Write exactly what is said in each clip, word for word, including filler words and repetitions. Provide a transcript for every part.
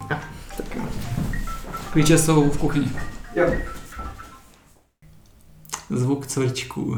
Tak jo. Klíče jsou v kuchyni. Jo. Zvuk cvrčků.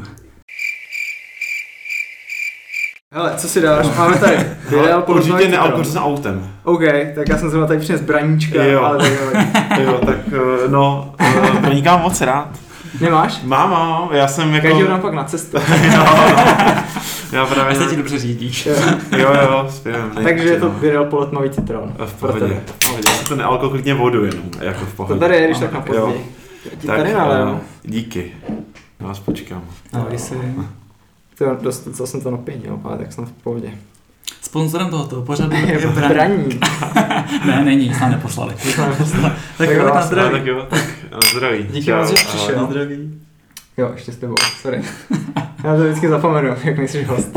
Hele, co si dáš? Máme tady Birel určitě nealkohol autem. OK, tak já jsem zrovna tady přines braníčka, jo. ale tak jo, tak no, braníka mám moc rád. Nemáš? Mám, mám, já jsem jako... Každý dám pak na cestu. no, no. Já právě... Já se ti dobře řídíš. jo, jo, zpěvám. Takže je to Birel poletmavý citron. V pohodě, v pohodě. Já si to nealkoholně vodu jenom, jako v pohodě. To tady je, když tak na později. Ti tady nalejím. Díky. Já vás počkám. No, když si... To je dost, co jsem to napěnil, ale tak jsem v pohodě. Sponzorem tohoto pořadu je braní. Ne, není, jsme neposlali. Tak jo, na zdraví. Tak jo, tak na zdraví. Díky moc, že jsi přišel. Na zdraví. Jo, ještě s tebou, sorry. Já to vždycky zapomenu, jak nejsi host.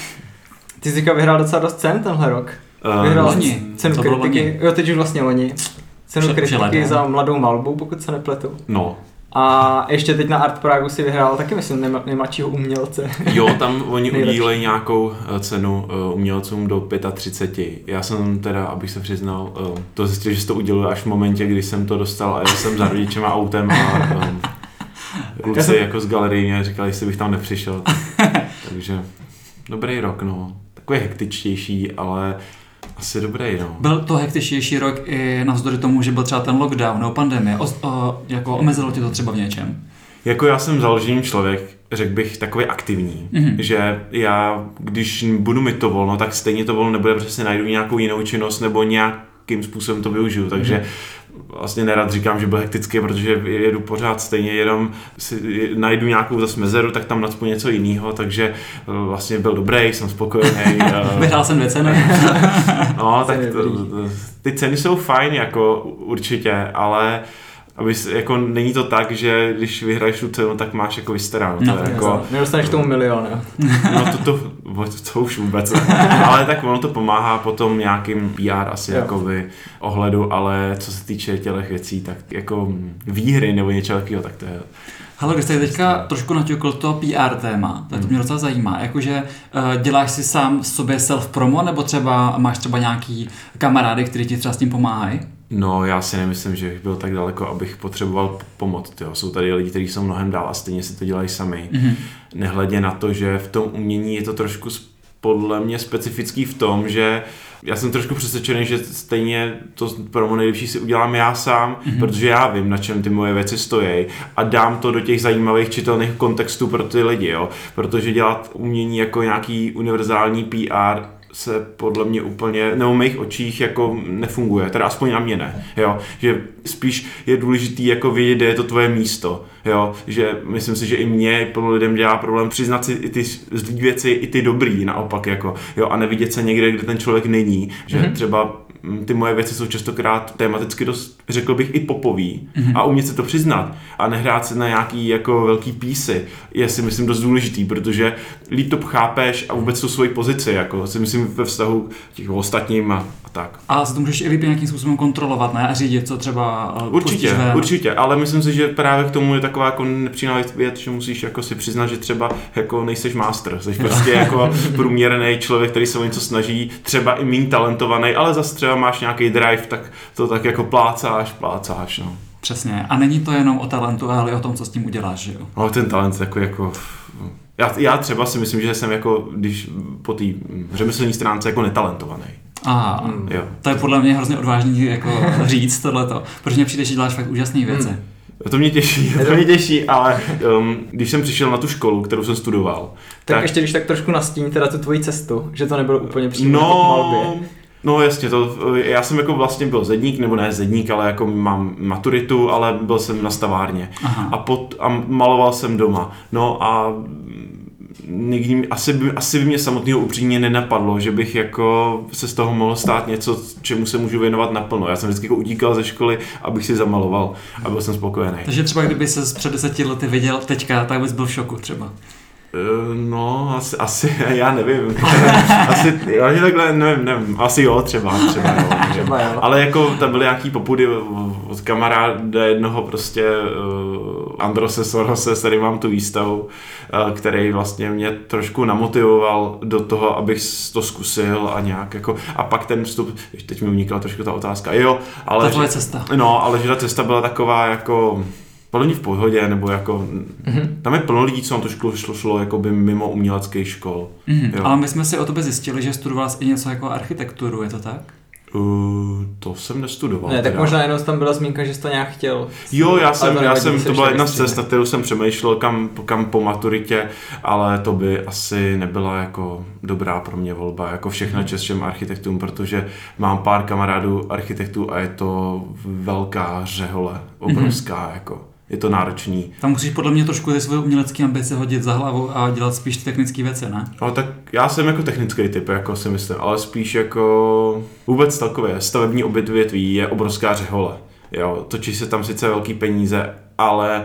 Ty jsi vyhrál docela dost cen tenhle rok. Vyhrál loni. Cenu kritiky, jo teď už vlastně loni. Cenu kritiky za mladou malbu, pokud se nepletu. No. A ještě teď na Art Pragu si vyhrál taky, myslím, nejmladšího umělce. Jo, tam oni udílejí nějakou cenu umělcům do třicet pět. Já jsem teda, abych se přiznal, to zjistil, že se to udělalo až v momentě, kdy jsem to dostal a já jsem za rodičema autem a um, kluci jsem... jako z galerie mě říkali, jestli bych tam nepřišel. Takže dobrý rok, no. Takový hektičtější, ale asi dobrý, no. Byl to hektičtější rok i navzdory tomu, že byl třeba ten lockdown nebo pandemie. O, o, jako omezilo tě to třeba v něčem? Jako já jsem založený člověk, řekl bych, takový aktivní, mm-hmm. že já, když budu mít to volno, tak stejně to volno nebude, protože si najdu nějakou jinou činnost nebo nějakým způsobem to využiju, takže mm-hmm. vlastně nerad říkám, že byl hektický, protože jedu pořád stejně, jenom si najdu nějakou zase mezeru, tak tam nacpu něco jiného, takže vlastně byl dobrý, jsem spokojený. Vyhrál jsem dvě ceny. No, tak to, to, ty ceny jsou fajn, jako určitě, ale aby, jako není to tak, že když vyhraješ tu cenu, tak máš jako vystaráno. No, jako, nedostaneš tomu milion, jo? No to, to, to, to už vůbec. Ale tak ono to pomáhá potom nějakým P R asi jakoby ohledu, ale co se týče těch věcí, tak jako výhry nebo něčeho takového, tak to je... Hele, když jsi teďka trošku naťukl to P R téma, tak to mě docela zajímá. Jakože uh, děláš si sám sobě self-promo, nebo třeba máš třeba nějaký kamarády, kteří ti třeba s tím pomáhají? No, já si nemyslím, že bych byl tak daleko, abych potřeboval pomoc. Tyjo. Jsou tady lidi, kteří jsou mnohem dál a stejně si to dělají sami. Mm-hmm. Nehledě na to, že v tom umění je to trošku podle mě specifický v tom, že já jsem trošku přesvědčený, že stejně to promo nejlepší si udělám já sám, mm-hmm. protože já vím, na čem ty moje věci stojí a dám to do těch zajímavých čitelných kontextů pro ty lidi, jo. Protože dělat umění jako nějaký univerzální P R se podle mě úplně, nebo v mých očích jako nefunguje, teda aspoň na mě ne, jo, že spíš je důležitý jako vědět, kde je to tvoje místo, jo, že myslím si, že i mě plno lidem dělá problém přiznat si i ty zlý věci, i ty dobrý naopak, jako, jo, a nevidět se někde, kde ten člověk není, že mm-hmm. třeba ty moje věci jsou častokrát tematicky dost, řekl bych, i popový mm-hmm. a umět se to přiznat a nehrát se na nějaký jako velký písy je si myslím dost důležitý, protože líp to chápeš a vůbec tu svoji pozici, jako si myslím ve vztahu těch ostatním a, a tak. A se to můžeš i líp nějakým způsobem kontrolovat, ne? A řídit, co třeba určitě, určitě, ale myslím si, že právě k tomu je taková jako nepříjemná věc, že musíš jako si přiznat, že třeba jako nejseš master, jsi prostě jako průměrný člověk, který se o něco snaží, třeba i méně talentovaný, ale zase třeba máš nějaký drive, tak to tak jako plácáš, plácáš, no. Přesně. A není to jenom o talentu, ale i o tom, co s tím uděláš, že jo? No, ten talent jako jako já, já třeba si myslím, že jsem jako, když po té řemeslní stránce jako netalentovaný. Aha, mm. jo. To je podle mě hrozně odvážný jako říct tohleto, protože mě přijde, že děláš fakt úžasné věci. Mm. To mě těší, to mě těší, ale um, když jsem přišel na tu školu, kterou jsem studoval, tak, tak ještě když tak trošku nastíň teda tu tvoji cestu, že to nebylo úplně přímo no, jako k malbě. No jasně, to, já jsem jako vlastně byl zedník, nebo ne zedník, ale jako mám maturitu, ale byl jsem na stavárně a, pod, a maloval jsem doma. No a nikdy, asi, by, asi by mě samotného upřímně nenapadlo, že bych jako se z toho mohl stát něco, čemu se můžu věnovat naplno. Já jsem vždycky jako utíkal ze školy, abych si zamaloval a byl jsem spokojený. Takže třeba kdyby se před deseti lety viděl teďka, tak bys byl v šoku třeba. No, asi, asi, já nevím. asi, já takhle, nevím, nevím, asi jo, třeba, třeba jo. Třeba jo. Ale jako tam byly nějaký popudy od kamaráda jednoho prostě uh, Androse Sorose, s kterým mám tu výstavu, uh, který vlastně mě trošku namotivoval do toho, abych to zkusil a nějak jako, a pak ten vstup, teď mi unikla trošku ta otázka, jo, ale... Ta tvoje cesta. No, ale že ta cesta byla taková jako... Podle v pohodě, nebo jako, mm-hmm. tam je plno lidí, co nám to šlo, šlo, šlo jako by mimo uměleckých škol. Mm-hmm. Ale my jsme si o tobě zjistili, že studoval i něco jako architekturu, je to tak? Uh, to jsem nestudoval. Ne, tak teda. možná jenom tam byla zmínka, že jsi to nějak chtěl. Jo, já jsem, já jsem, to byla jedna z jistý, cest, na kterou jsem přemýšlel, kam, kam po maturitě, ale to by asi nebyla jako dobrá pro mě volba, jako všechna čest všem architektům, protože mám pár kamarádů architektů a je to velká řehole, obrovská, mm-hmm. jako. Je to náročný. Tam musíš podle mě trošku ty svoje umělecké ambice hodit za hlavu a dělat spíš technické věci, ne? Ale tak já jsem jako technický typ, jako si myslím, ale spíš jako vůbec takové stavební odvětví je obrovská řehole. Jo, točí se tam sice velký peníze, ale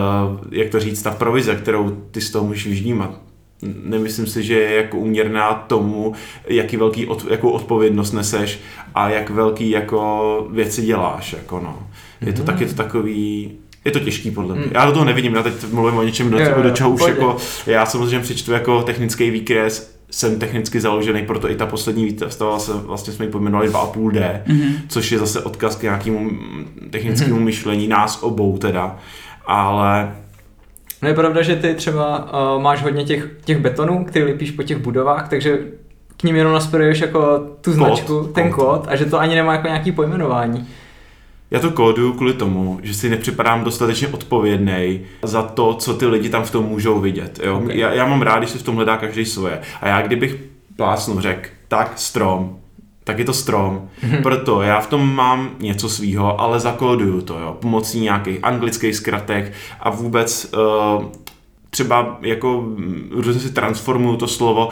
jak to říct, ta provize, kterou ty z toho můžeš vždímat, nemyslím si, že je jako úměrná tomu, jaký velký od, jakou odpovědnost neseš a jak velký jako věci děláš, jako no. Je to mm-hmm. taky to takový. Je to těžký podle mě. Já do toho nevidím, já teď mluvím o něčem, do, do čeho už jako, já samozřejmě přečtu jako technický výkres, jsem technicky založený, proto i ta poslední výstava se vlastně jsme ji pojmenovali dva a půl dé, mm-hmm. což je zase odkaz k nějakému technickému mm-hmm. myšlení nás obou teda, ale... No je pravda, že ty třeba uh, máš hodně těch, těch betonů, který lipíš po těch budovách, takže k ním jenom naspiruješ jako tu značku, kód, ten kód, kód a že to ani nemá jako nějaký pojmenování. Já to kóduju kvůli tomu, že si nepřipadám dostatečně odpovědnej za to, co ty lidi tam v tom můžou vidět. Jo? Okay. Já, já mám rád, když se v tom hledá každý svoje. A já kdybych plásnu řekl, tak strom, tak je to strom. Mm-hmm. Proto já v tom mám něco svýho, ale zakóduju to, jo? Pomocí nějakých anglických zkratek a vůbec uh, třeba jako různě si transformuju to slovo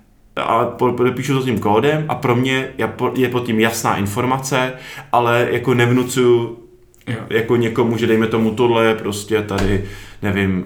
a podepíšu to tím kódem a pro mě je pod tím jasná informace, ale jako nevnucuju jo. jako někomu, že dejme tomu tohle je prostě tady, nevím,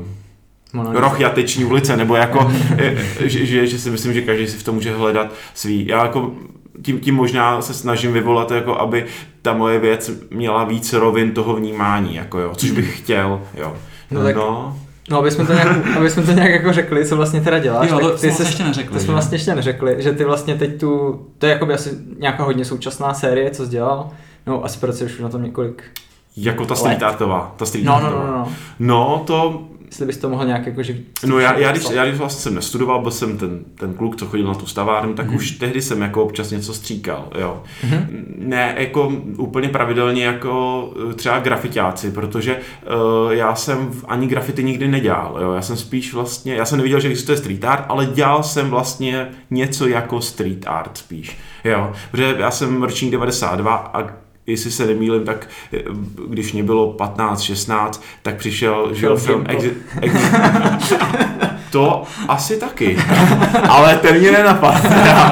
uh, roh Jateční ulice, nebo jako, že, že, že si myslím, že každý si v tom může hledat svý. Já jako tím, tím možná se snažím vyvolat, jako aby ta moje věc měla víc rovin toho vnímání, jako jo, což bych chtěl, jo. No, tak... no. No, aby jsme to nějak, aby jsme to nějak jako řekli, co vlastně teda děláš. Jo, to, tak ty jsme ještě neřekli. To jsme vlastně ještě neřekli, že ty vlastně teď tu, to je jakoby asi nějaká hodně současná série, co jsi dělal. No, asi pracuješ už na tom několik Jako ta street artová, ta street no, artová. No, no, no. No, to... Jestli bys to mohl nějak jako, že... No já, já, když, já když vlastně jsem nestudoval, byl jsem ten, ten kluk, co chodil na tu stavárnu, tak mm-hmm. už tehdy jsem jako občas něco stříkal, jo. Mm-hmm. Ne jako úplně pravidelně jako třeba grafiťáci, protože uh, já jsem ani grafity nikdy nedělal, jo. Já jsem spíš vlastně, já jsem neviděl, že existuje street art, ale dělal jsem vlastně něco jako street art spíš, jo. Protože já jsem ročník devadesát dva a jestli se nemýlím, tak když mě bylo patnáct šestnáct, tak přišel žil film Exi- Exi- To asi taky, ale ten mě nenapadl.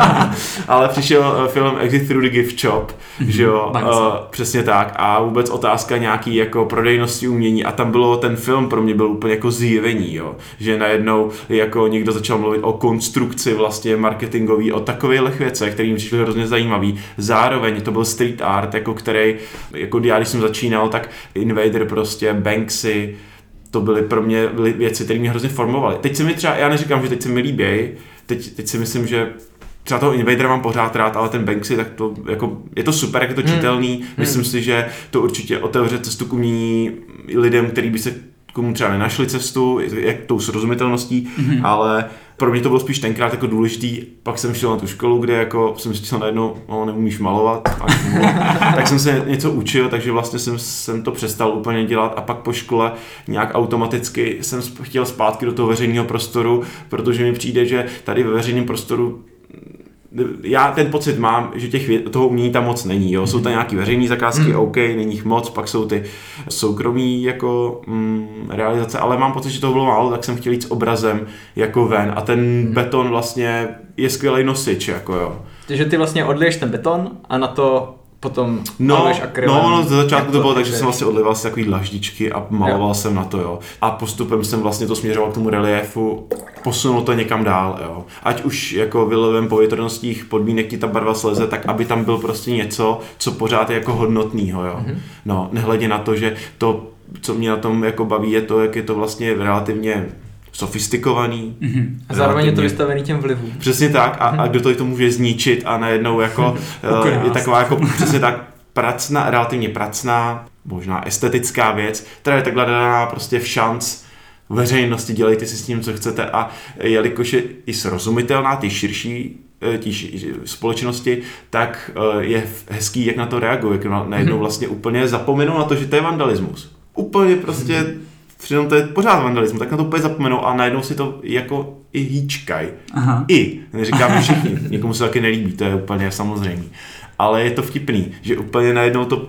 Ale přišel film Exit Through the Gift Shop, že jo, uh, přesně tak. A vůbec otázka nějaký jako prodejnosti umění a tam bylo, ten film pro mě byl úplně jako zjevení, jo. Že najednou jako někdo začal mluvit o konstrukci vlastně marketingový, o takových věcech, který mi přišly hrozně zajímavý. Zároveň to byl street art, jako který, jako já když jsem začínal, tak Invader prostě, Banksy, to byly pro mě věci, které mě hrozně formovaly. Teď se mi třeba, já neříkám, že teď se mi líběj, teď, teď si myslím, že třeba toho Invadera mám pořád rád, ale ten Banksy, tak to jako, je to super, jak je to čitelný, hmm. myslím hmm. si, že to určitě otevře cestu k umění lidem, kteří by se komu třeba nenašli cestu, jak tou srozumitelností, mm-hmm. ale pro mě to bylo spíš tenkrát jako důležitý, pak jsem šel na tu školu, kde jako jsem zjistil najednou, no neumíš malovat, tak jsem se něco učil, takže vlastně jsem, jsem to přestal úplně dělat a pak po škole nějak automaticky jsem chtěl zpátky do toho veřejného prostoru, protože mi přijde, že tady ve veřejném prostoru já ten pocit mám, že těch věd, toho umění tam moc není, jo. Jsou tam nějaký veřejné zakázky, mm. OK, není jich moc, pak jsou ty soukromí jako mm, realizace, ale mám pocit, že toho bylo málo, tak jsem chtěl jít s obrazem jako ven a ten mm. beton vlastně je skvělý nosič, jako jo. Takže ty vlastně odliješ ten beton a na to potom no, maluješ akrylem. No, no, ze začátku to, to bylo tak, že jsem vlastně odlival si takový dlaždičky a maloval jo. jsem na to, jo. A postupem jsem vlastně to směřoval k tomu reliéfu, posunul to někam dál, jo. Ať už jako vylivem povětrnostních podmínek ti ta barva sleze, tak aby tam byl prostě něco, co pořád je jako hodnotnýho, jo. Mm-hmm. No, nehledě na to, že to, co mě na tom jako baví, je to, jak je to vlastně relativně sofistikovaný. Mm-hmm. A zároveň je to vystavený těm vlivům. Přesně tak a, a kdo to, to může zničit a najednou jako je taková jako přesně tak pracná, relativně pracná, možná estetická věc, která je takhle daná prostě v šanc veřejnosti, dělejte si s tím, co chcete a jelikož je i srozumitelná, ty širší tí společnosti, tak je hezký, jak na to reaguje, jak najednou vlastně úplně zapomenou na to, že to je vandalismus. Úplně prostě přitom to je pořád vandalismus, tak na to úplně zapomenou a najednou si to jako i hýčkaj. Aha. I, neříkám, že všichni, někomu se taky nelíbí, to je úplně samozřejmé. Ale je to vtipný, že úplně najednou to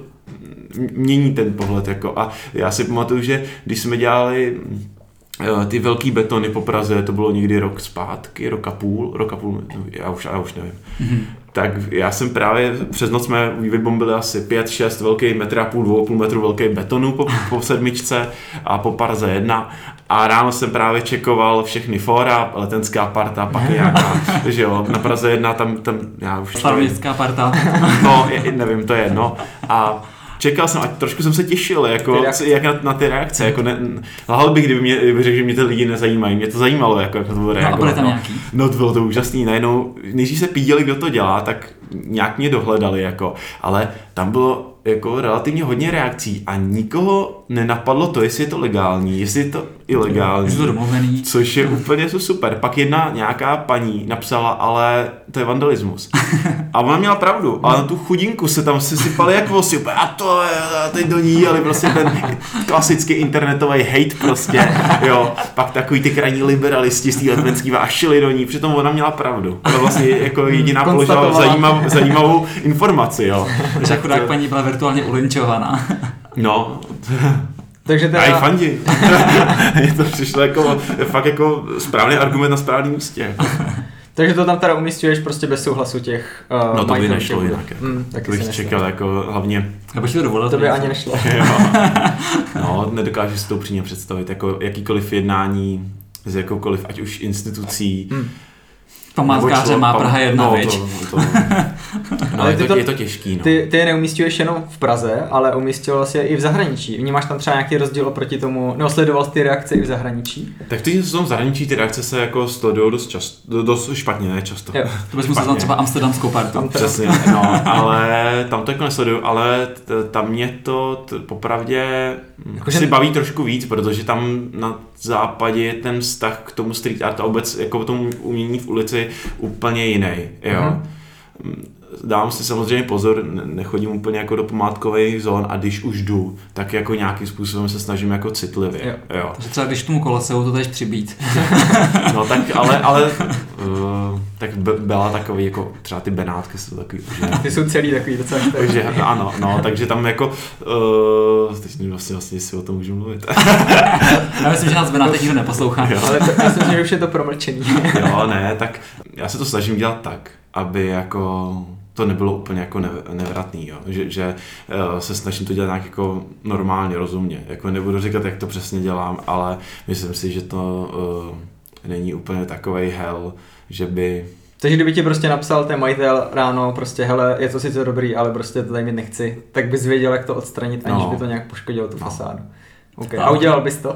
mění ten pohled. Jako. A já si pamatuju, že když jsme dělali ty velký betony po Praze, to bylo někdy rok zpátky, rok a půl, rok a půl, já už, já už nevím. Mm-hmm. Tak já jsem právě, přes noc jsme vybombili asi pět šest velký metr a půl, dvou půl metru velký betonu po, po sedmičce a po Praze jedna a ráno jsem právě čekoval všechny fóra, letenská parta, pak nějaká, že jo, na Praze jedna tam, tam já už... Staroměstská parta. No, je, nevím, to je jedno. A čekal jsem a trošku jsem se těšil, jako, jak na, na ty reakce, jako ne, lhal bych, kdyby mě kdyby řekl, že mě ty lidi nezajímají, mě to zajímalo, jako, jak na to bylo reagovat. No, no. no to bylo to úžasný, najednou, než se píděli, kdo to dělá, tak nějak mě dohledali, jako, ale tam bylo jako relativně hodně reakcí a nikoho nenapadlo to, jestli je to legální, jestli je to ilegální, to domluvený. Což je úplně super. Pak jedna nějaká paní napsala, ale to je vandalismus. A ona měla pravdu, ale na tu chudinku se tam si sypali jak vosy, a to je, a teď do ní, ale prostě ten klasický internetový hate prostě, jo. Pak takový ty krajní liberalisti z té letmenský a šili do ní, přitom ona měla pravdu. Ona vlastně jako jediná položila zajímav, zajímavou informaci, jo. Takže chudák paní byla virtuálně ulinčovaná. No. Takže teda... A i fandí. Je to přišlo jako, fakt jako správný argument na správném místě. Takže to tam teda umístuješ prostě bez souhlasu těch uh, no to by nešlo jinak. Jako. Mm, taky bych čekal jako hlavně... Nebo si to dovolil. To by ani nešlo. No, nedokážu si to upřímně představit. Jako jakýkoliv jednání z jakoukoliv, ať už institucí, mm. Památkáře má Praha jedna, no, viď? To, to, no, je, to, to, je to těžký, no. Ty, ty je neumístuješ jenom v Praze, ale umístil jsi je i v zahraničí. Vnímáš tam třeba nějaký rozdíl oproti tomu, nebo sledoval jsi ty reakce i v zahraničí? Tak ty v tom zahraničí ty reakce se jako sledují dost často, dost špatně, ne často. Jo, to bys musel tam třeba amsterdamskou partu. Tam přesně, no, ale tam to jako nesleduju, ale t, tam mě to t, popravdě jako si baví trošku víc, protože tam na západě je ten vztah k tomu street art a vůbec jako tomu umění v ulici úplně jiný, jo. Mm-hmm. Dám si samozřejmě pozor, nechodím úplně jako do památkových zón a když už jdu, tak jako nějakým způsobem se snažím jako citlivě, jo. jo. Takže třeba když tomu Koloseu to jdeš přibít. No tak, ale, ale uh, tak byla takový, jako třeba ty Benátky jsou takový užitý. Ty jsou celý takový docela. Takže ano, no, takže tam jako, uh, teď nevím vlastně, vlastně si o tom můžu mluvit. Já myslím, že nás Benátek nikdo neposlouchá. Jo. Ale to, já si myslím, že už je to promlčený. Jo, ne, tak já se to snažím dělat tak, aby jako to nebylo úplně jako nevratný, jo. Že, že uh, se snažím to dělat nějak jako normálně, rozumně. Jako nebudu říkat, jak to přesně dělám, ale myslím si, že to uh, není úplně takovej hell, že by... Takže kdyby ti prostě napsal ten majitel ráno, prostě hele, je to sice dobrý, ale prostě to tady mít nechci, tak bys věděl, jak to odstranit, aniž no. by to nějak poškodilo tu no. fasádu. Okay. A udělal bys to?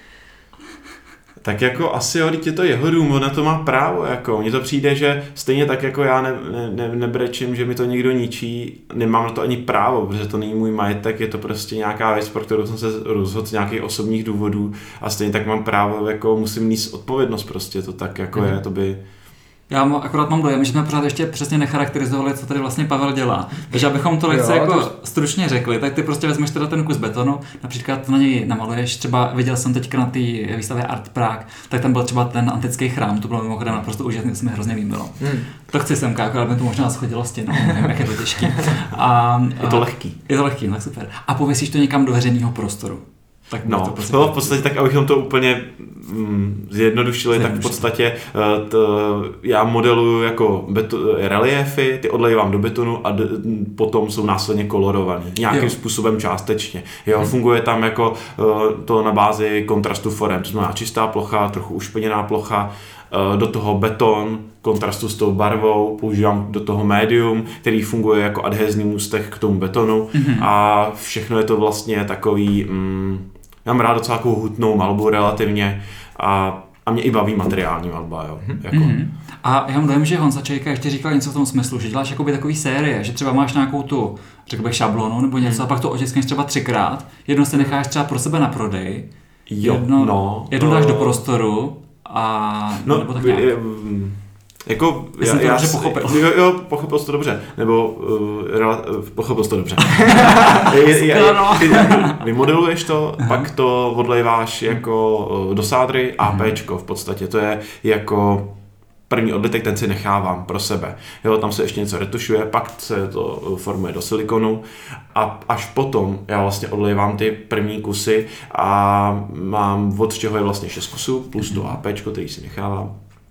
Tak jako asi jo, je to jeho dům, on na to má právo, jako. Mně to přijde, že stejně tak jako já ne, ne, nebrečím, že mi to někdo ničí, nemám na to ani právo, protože to není můj majetek, je to prostě nějaká věc, pro kterou jsem se rozhodl z nějakých osobních důvodů a stejně tak mám právo, jako musím nést odpovědnost prostě, to tak jako mm. je, to by... Já má, akorát mám dojem, že jsme pořád ještě přesně necharakterizovali, co tady vlastně Pavel dělá. Takže abychom to lehce jako to... stručně řekli, tak ty prostě vezmeš teda ten kus betonu, například na něj namaluješ, třeba viděl jsem teďka na té výstavě Art Prague, tak tam byl třeba ten antický chrám, to bylo mimochodem naprosto úžasné, to se mi hrozně líbilo. Hmm. To chci semka, akorát mi to možná schodilo stěnou, nevím, jak je to těžký. A, je to lehký. Je to lehký, tak super. A pověsíš to někam do veřejného prostoru. Tak no, to prostě bylo v podstatě tak, abychom to úplně mm, zjednodušili, tak v podstatě uh, t, já modeluju jako beto, reliéfy, ty odlejvám do betonu a d, potom jsou následně kolorovaný. Nějakým jo. způsobem částečně. Jo, hmm. Funguje tam jako uh, to na bázi kontrastu forem, to znamená čistá plocha, trochu ušpeněná plocha, uh, do toho beton, kontrastu s tou barvou, používám do toho médium, který funguje jako adhezní můstek k tomu betonu hmm. a všechno je to vlastně takový... Mm, já mám rád docela takovou hutnou malbu relativně a, a mě i baví materiální malba, jo. Jako. Mm-hmm. A já mám dojem, že Honza Čejka ještě říkal něco v tom smyslu, že děláš jakoby takový série, že třeba máš nějakou tu, řekl bych, šablonu nebo něco mm. a pak to otiskneš třeba třikrát, jedno si necháš třeba pro sebe na prodej, jo, jedno, no, jedno dáš uh, do prostoru a no, nebo tak nějak. Je, Jako, já, já, to já dobře pochopil. Jo, jo, pochopil jsi to dobře, nebo uh, pochopil jsi to dobře. je, je, je, ty vymodeluješ to, aha. pak to odlejváš jako uh, do sádry APčko v podstatě, to je jako první odlitek, ten si nechávám pro sebe. Jo, tam se ještě něco retušuje, pak se to formuje do silikonu a až potom já vlastně odlejvám ty první kusy a mám od čeho je vlastně šest kusů plus to APčko, který si nechávám.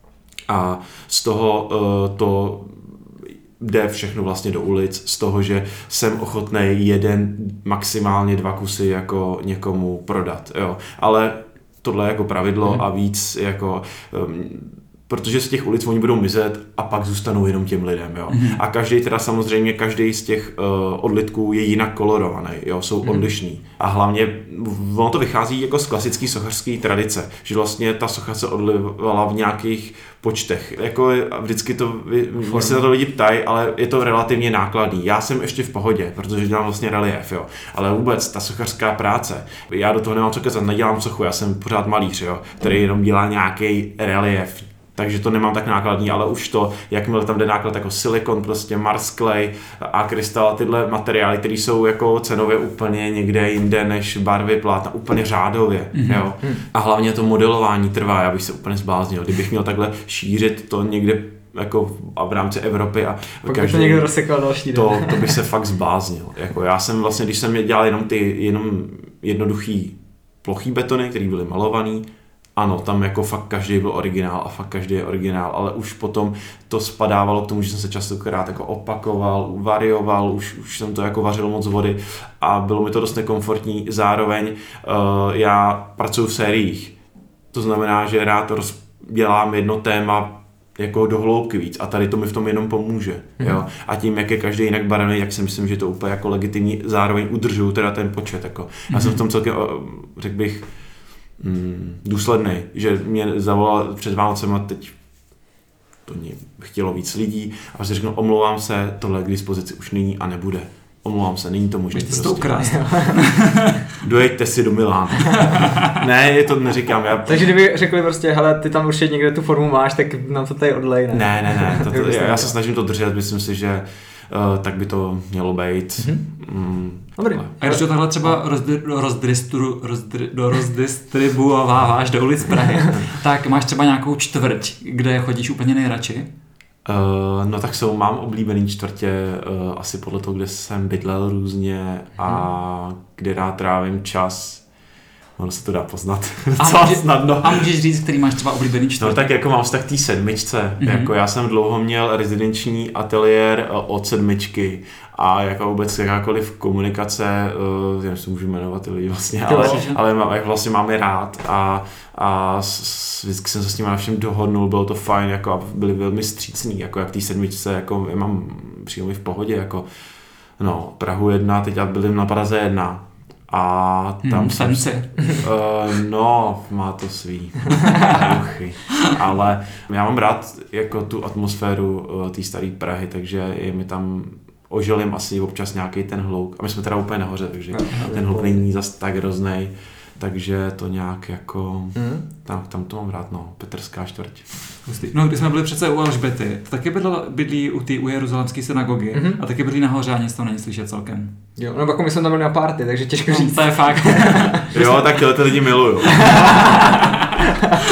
A z toho uh, to jde všechno vlastně do ulic, z toho, že jsem ochotný jeden, maximálně dva kusy jako někomu prodat, jo. Ale tohle je jako pravidlo mm. a víc jako... Um, protože z těch ulic oni budou mizet a pak zůstanou jenom těm lidem, jo. Mm. A každý teda samozřejmě, každý z těch uh, odlitků je jinak kolorovaný, jo, jsou mm. odlišný. A hlavně ono to vychází jako z klasické sochařské tradice, že vlastně ta socha se odlivala v nějakých počtech. Jako vždycky to, mě se na to lidi ptají, ale je to relativně nákladný. Já jsem ještě v pohodě, protože dělám vlastně relief, jo. Ale vůbec ta sochařská práce, já do toho nemám co kecat, nedělám sochu, já jsem pořád malíř, jo, který jenom dělá nějaký relief. Takže to nemám tak nákladný, ale už to, jakmile tam jde náklad jako silikon, prostě Mars Clay a krystal, tyhle materiály, které jsou jako cenově úplně někde jinde než barvy plátna, úplně řádově, mm-hmm. jo. A hlavně to modelování trvá, já bych se úplně zbláznil, kdybych měl takhle šířit to někde jako a v rámci Evropy a pak každý, to někdo rozsekal další den. To, to bych se fakt zbláznil. Jako já jsem vlastně, když jsem dělal jenom ty jenom jednoduchý plochý betony, které byly malovaný, ano, tam jako fakt každý byl originál a fakt každý je originál, ale už potom to spadávalo k tomu, že jsem se častokrát jako opakoval, varioval, už, už jsem to jako vařil moc vody a bylo mi to dost nekomfortní. Zároveň uh, já pracuji v sériích, to znamená, že rád dělám jedno téma jako do hloubky víc a tady to mi v tom jenom pomůže. Mm. Jo? A tím, jak je každý jinak barevný, jak si myslím, že to úplně jako legitimní, zároveň udržuju teda ten počet. Jako. Mm. Já jsem v tom celkem, řekl bych, Mm, důsledný, že mě zavolal před Vánocem a teď to mě chtělo víc lidí a si řeknu, omlouvám se, tohle k dispozici už není a nebude. Omlouvám se, není to možné. Můžete prostě. To ukrást. Dojeďte si do Milána. Ne, je to neříkám. Já... Takže kdyby řekli prostě, hele, ty tam určitě někde tu formu máš, tak nám to tady odlej, ne? Ne, ne, ne. To, to, já, já se snažím to držet, myslím si, že uh, tak by to mělo být. Mm-hmm. Mm, Dobrý. A když to takhle třeba rozdri, rozdistru, rozdri, do rozdistribuováváš do ulic Prahy, tak máš třeba nějakou čtvrť, kde chodíš úplně nejradši? Uh, no tak jsou, mám oblíbený čtvrtě uh, asi podle toho, kde jsem bydlel různě a hmm. kde rád trávím čas. Ono se to dá poznat docela a může, snadno. A můžeš říct, který máš třeba oblíbený čtvrtě? No tak jako mám vztah té sedmičce. Mm-hmm. Jako já jsem dlouho měl rezidenční ateliér od sedmičky a jako vůbec jakákoliv komunikace, uh, já si můžu jmenovat ty lidi vlastně, ale, ale má, jak vlastně mám je rád a, a s, vždycky jsem se s nimi na všem dohodnul, bylo to fajn, jako a byli velmi střícní, jako jak té sedmičce, jako já mám příjemně v pohodě, jako no, Prahu jedna, teď já byl na Praze jedna. A tam hmm, jsem si, uh, no, má to svý duchy, ale já mám rád jako tu atmosféru uh, té staré Prahy, takže je mi tam ožilím asi občas nějaký ten hluk. A my jsme teda úplně nahoře, takže no, ten hluk není zas tak hroznej, takže to nějak jako, hmm? tam, tam to mám rád, no, Petrská čtvrť. No, když jsme byli přece u Alžbety, to taky bydla, bydlí u, tý, u Jeruzalémské synagogy mm-hmm. a taky bydlí nahoře a nic tam není slyšet celkem. Jo, no jako my jsme tam byli na party, takže těžko říct. No, to je fakt. Jo, tak tyhle ty lidi miluju.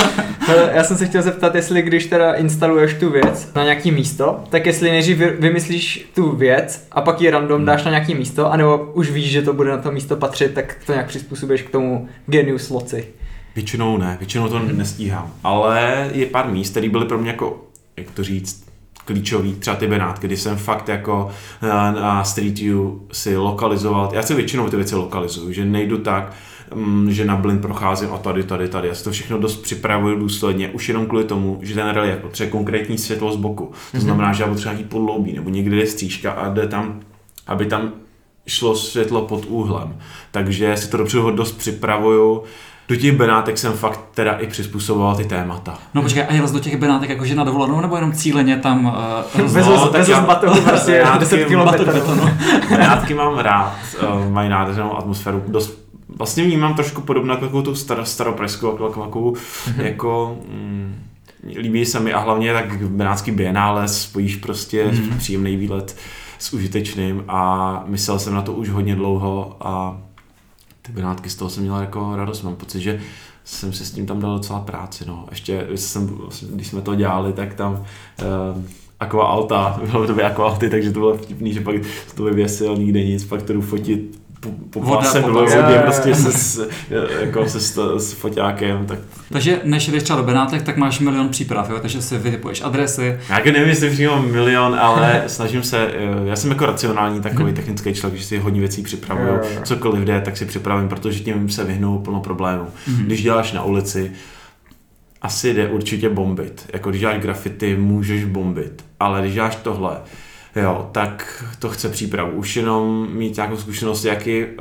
Hele, já jsem se chtěl zeptat, jestli když teda instaluješ tu věc na nějaký místo, tak jestli nejdřív vymyslíš tu věc a pak ji random dáš na nějaký místo, anebo už víš, že to bude na to místo patřit, tak to nějak přizpůsobíš k tomu genius loci. Většinou ne, většinou to nestíhám, ale je pár míst, které byly pro mě jako, jak to říct, klíčový, třeba ty Benátky, kdy jsem fakt jako na, na Street View si lokalizoval, já si většinou ty věci lokalizuju, že nejdu tak, že na blind procházím a tady, tady, tady. Já si to všechno dost připravuju důsledně, už jenom kvůli tomu, že ten relief potřebuje konkrétní světlo z boku. To znamená, že já potřebuji nějaký podloubí, nebo někde je střížka a jde tam, aby tam šlo světlo pod úhlem. Takže si to dopředu dost připravuju. Do těch Benátek jsem fakt teda i přizpůsoboval ty témata. No počkej, a jel do těch Benátek jakože na dovolenou, nebo jenom cíleně tam uh, Vezl z batohu prostě deset kilometrů. Benátky mám rád, uh, mají nádhernou atmosféru, dost vlastně vnímám trošku podobnou jako takovou tu star, staropražskou, jako, jako, mm-hmm. jako mm, líbí se mi a hlavně tak Benátský bienále spojíš prostě mm-hmm. příjemný výlet s užitečným a myslel jsem na to už hodně dlouho a ty Benátky z toho jsem měl jako radost, mám pocit, že jsem se s tím tam dal docela práci, no. Ještě jsem, když jsme to dělali, tak tam uh, aqua alta, bylo to by aqua alty, takže to bylo vtipný, že pak to vyvěsil, nikde nic, pak to jdu fotit po pásem v vodě, prostě se s, jako se s, s foťákem. Tak. Takže než jdeš třeba do Benátek, tak máš milion příprav, jo? Takže si vytipuješ adresy. Já nevím, jestli přímo milion, ale snažím se, já jsem jako racionální takový technický člověk, že si hodně věcí připravuju, cokoliv jde, tak si připravím, protože tím se vyhnou plno problémů. Mm-hmm. Když děláš na ulici, asi jde určitě bombit. Jako když děláš graffiti, můžeš bombit, ale když děláš tohle, jo, tak to chce přípravu. Už jenom mít nějakou zkušenost, jaký, uh,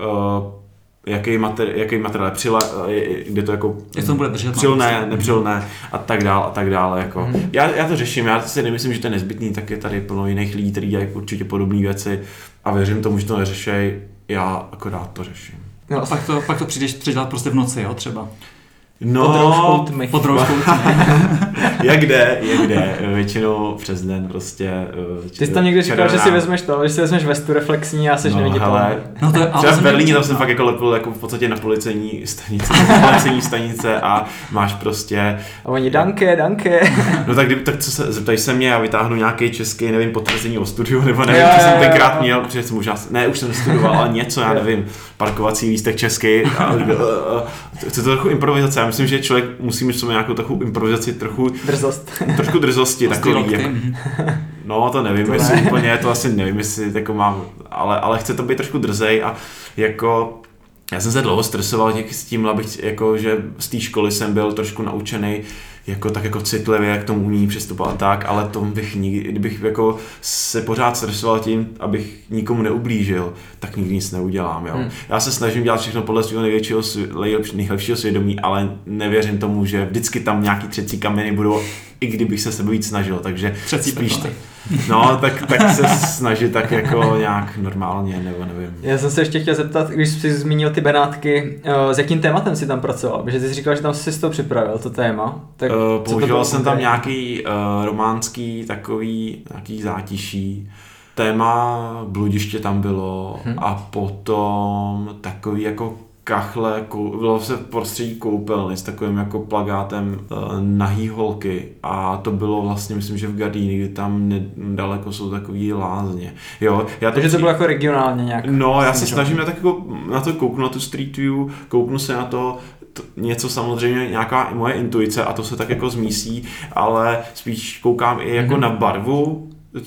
jaký, materi- jaký materiál je přile, kde to jako to bude držet přilné, nepřilné a tak dále a tak dále. Jako. Mm. Já, já to řeším, já si nemyslím, že to je nezbytný, tak je tady plno jiných lidí, kteří dělají určitě podobné věci a věřím tomu, že to neřešej, já akorát to řeším. No a pak to, pak to přijdeš předělat prostě v noci, jo, třeba. No, pod rouškou tmy. Pod rouškou tmy. Jak jde, jak jde, většinou přes den prostě. Ty jsi tam někdy říkal, že si vezmeš to, že si vezmeš vestu reflexní a seš no, neviditelný. No to je, třeba v Berlíně tam jsem fakt jako lepil jako v podstatě na policejní stanice, policejní stanice a máš prostě. A oni danke, danke. No tak, kdyby, tak co se, zeptaj se mě, já vytáhnu nějaký český, nevím, potvrzení o studiu, nebo nevím, co jsem tenkrát měl, protože jsem možná, ne, už jsem studoval, ale něco, já nevím, parkovací lístek český. A, chce to trochu improvizace, já myslím, že člověk musí mít v sobě nějakou takovou improvizaci, trochu drzost. Trošku drzosti, takový. Jako, no to nevím, to jestli ne. úplně, to asi nevím, jestli jako mám, ale, ale chce to být trošku drzej a jako já jsem se dlouho stresoval těch s tím, abych, jako, že z té školy jsem byl trošku naučený jako tak jako citlivě k tomu umí přistupovat tak, ale to bych nikdy, kdybych jako se pořád stresoval tím, abych nikomu neublížil, tak nikdy nic neudělám, jo. Hmm. Já se snažím dělat všechno podle svého největšího, nejlepšího svědomí, ale nevěřím tomu, že vždycky tam nějaký třecí kameny budou, i kdybych se sebe víc snažil, takže třecí spíš tak. No, tak, tak se snažit tak jako nějak normálně, nebo nevím. Já jsem se ještě chtěl zeptat, když jsi zmínil ty Benátky, s jakým tématem jsi tam pracoval? Protože ty jsi říkal, že tam jsi to připravil, to téma. Tak uh, používal jsem tam nějaký uh, románský takový, nějaký zátiší. Téma bludiště tam bylo hmm. a potom takový jako kachle, bylo se v prostředí koupelny s takovým jako plagátem uh, nahý holky a to bylo vlastně, myslím, že v Gardíni, kdy tam nedaleko jsou takový lázně. Jo, já to Takže to bylo jako regionálně nějak. No, já se snažím na, tak jako, na to kouknu, na tu Street View, kouknu se na to, to, něco samozřejmě, nějaká moje intuice a to se tak jako zmísí, ale spíš koukám i jako mm-hmm. na barvu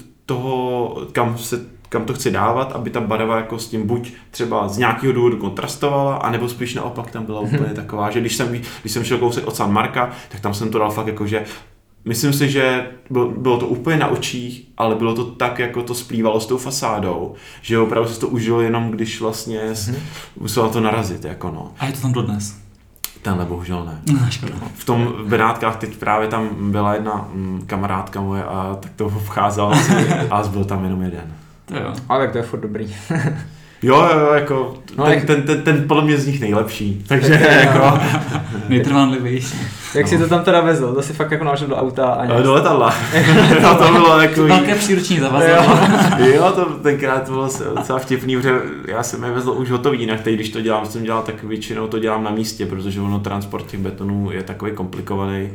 toho, kam se kam to chci dávat, aby ta barva jako s tím buď třeba z nějakého důvodu kontrastovala, anebo spíš naopak tam byla úplně taková, že když jsem, když jsem šel kousek od San Marka, tak tam jsem to dal fakt jako, že myslím si, že bylo, bylo to úplně na očích, ale bylo to tak, jako to splývalo s tou fasádou, že opravdu si to užil jenom, když vlastně mm-hmm. musela to narazit, jako no. A je to tam dodnes? Tenhle bohužel ne. No, škoda. V tom v Benátkách teď právě tam byla jedna mm, kamarádka moje a tak to vcházela a byl tam jenom jeden. To jo. Ale tak to je furt dobrý. Jo, jo, jako no, ten, jak... ten, ten, ten podle mě z nich nejlepší, takže jako... Nejtrvanlivější. Jak no. si to tam teda vezl? To si fakt jako naložil do auta a nějak... Do letadla. No to bylo takový... Velké příruční zavazadlo. Jo, to tenkrát to bylo docela vtipný, protože já jsem je vezl už hotový, jinak teď, když to dělám, jsem dělal, tak většinou to dělám na místě, protože ono transport těch betonů je takový komplikovaný.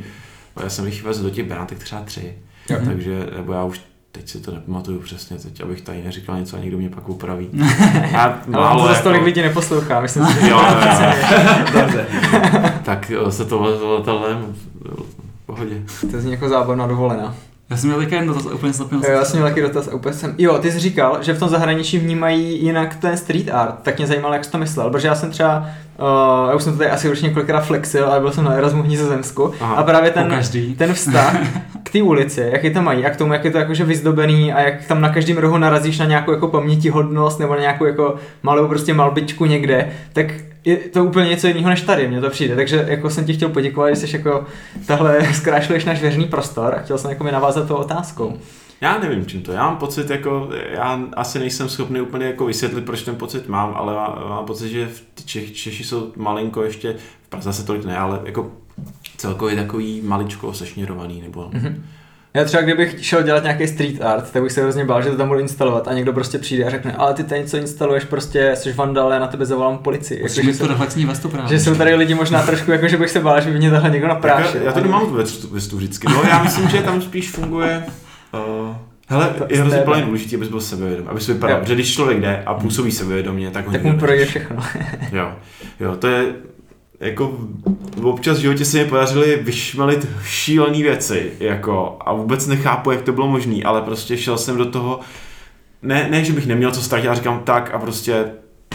Já jsem jich vezl do těch Benátek třeba tři, jo. takže, nebo já už teď si to nepamatuju přesně, teď abych tady neříkal něco a někdo mě pak upraví. Já, ale to zase tolik lidí neposlouchá, myslím si, že jo, jo, dobře. Tak se to letadlem v pohodě. To zní jako zábavná dovolená. Já jsem měl taky jen dotaz a úplně snad měl. Jo, já jsem měl taky dotaz a úplně jsem... Jo, ty jsi říkal, že v tom zahraničí vnímají jinak ten street art, tak mě zajímalo, jak jsi to myslel, protože já jsem třeba, uh, já už jsem to tady asi už několikrát flexil, ale byl jsem na Erasmu v Nizozemsku a právě ten, ten vztah k té ulici, jak je to mají a k tomu, jak je to jakože vyzdobený a jak tam na každém rohu narazíš na nějakou jako pamětihodnost nebo na nějakou jako malou prostě malbičku někde, tak je to úplně něco jiného než tady, mně to přijde, takže jako jsem ti chtěl poděkovat, že jsi jako tahle zkrášluješ náš veřejný prostor a chtěl jsem jako mi navázat tou otázkou. Já nevím, čím to, já mám pocit jako, já asi nejsem schopný úplně jako vysvětlit, proč ten pocit mám, ale mám, mám pocit, že v Čech, Češi jsou malinko ještě, v Praze se tolik ne, ale jako celkově takový maličko sešněrovaný, nebo... Mm-hmm. Já třeba kdybych šel dělat nějaký street art, tak bych se hrozně bál, že to tam budu instalovat a někdo prostě přijde a řekne, ale ty tady něco instaluješ, prostě jsi vandal, já na tebe zavolám policii. Jako, že, to reflexní vestu právě. Že jsou tady lidi možná trošku jako, že bych se bál, že by mě tahle někdo naprášil. Já to nemám tu vestu vždycky, no já myslím, že tam spíš funguje... Uh... Hele, to je hrozně plně důležitý, abys byl sebevědomý, abys vypadal, protože když člověk jde a působí sebevědomě, tak ho tak mu projde všechno. Jo, jo, to je jako občas v životě se mi podařily vyšmelit šílený věci, jako a vůbec nechápu, jak to bylo možné, ale prostě šel jsem do toho, ne, ne, že bych neměl co ztratit, a říkám tak a prostě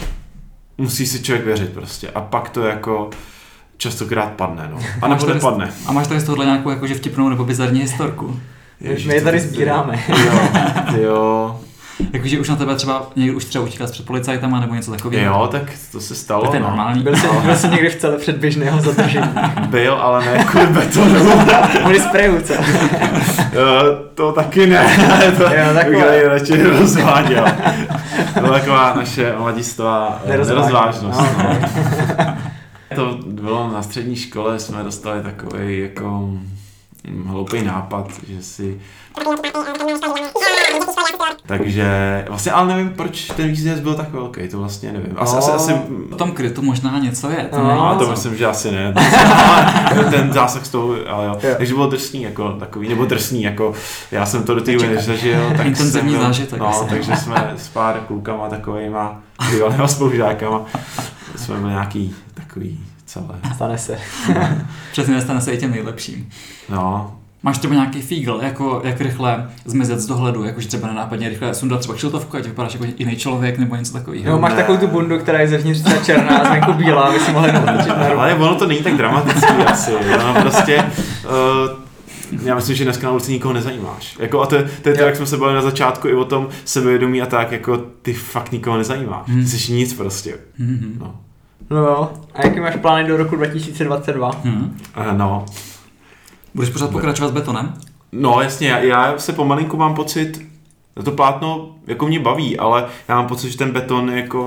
musí si člověk věřit prostě a pak to jako častokrát padne, no. A nebo nepadne. A máš tady z tohohle nějakou jakože vtipnou nebo bizarní historku? Ježiš, my je tady sbíráme. Jo, jo. Jakože už na tebe třeba někdo už třeba utíkal před policajtama nebo něco takového. Jo, tak to se stalo. To je normální. Byl jsi, byl jsi někdy v celé předběžného zadržení. Byl, ale ne kvůli betonu. Kvůli spreju, co? To taky ne. To jo, takové. Radši rozváděl. To byla taková naše mladistvá nerozvážnost. No. To bylo na střední škole, jsme dostali takový jako hloupý nápad, že si... Takže vlastně, ale nevím, proč ten výzvěz byl tak velký, to vlastně nevím. Asi, no, asi, asi... V tom krytu možná něco je. To no, to myslím, že asi ne. Ten zásah z toho, ale jo. Yeah. Takže bylo drsný jako takový, nebo drsný, jako já jsem to do té doby nezažil. Tak intenzivní zážitek. No, takže jsme s pár klukama takovejma, bývalýma spolužákama, jsme byli nějaký takový celé. Stane se. Přesně nestane se i těm nejlepším. No. Máš třeba nějaký fígl, jako jak rychle zmizet z dohledu, jakože třeba nenápadně rychle sundat třeba kšiltovku, ať vypadáš jako jiný člověk nebo něco takového. No, máš ne. Takovou tu bundu, která je zevnitř třeba černá a zvenku bílá, aby si mohli natočit na ruku. Ale ono to není tak dramatický asi, no prostě... Uh, já myslím, že dneska na ulici nikoho nezajímáš. Jako, a to, to je to, jak jsme se bavili na začátku i o tom sebevědomí a tak, jako ty fakt nikoho nezajímáš. Hmm. Ty jsi nic prostě. Hmm. No. No jo, a jaký máš plány do roku dva tisíce dvacet dva? Hmm. Uh, no. Budeš pořád pokračovat s betonem? No jasně, já, já se pomalinku mám pocit, to plátno jako mě baví, ale já mám pocit, že ten beton jako,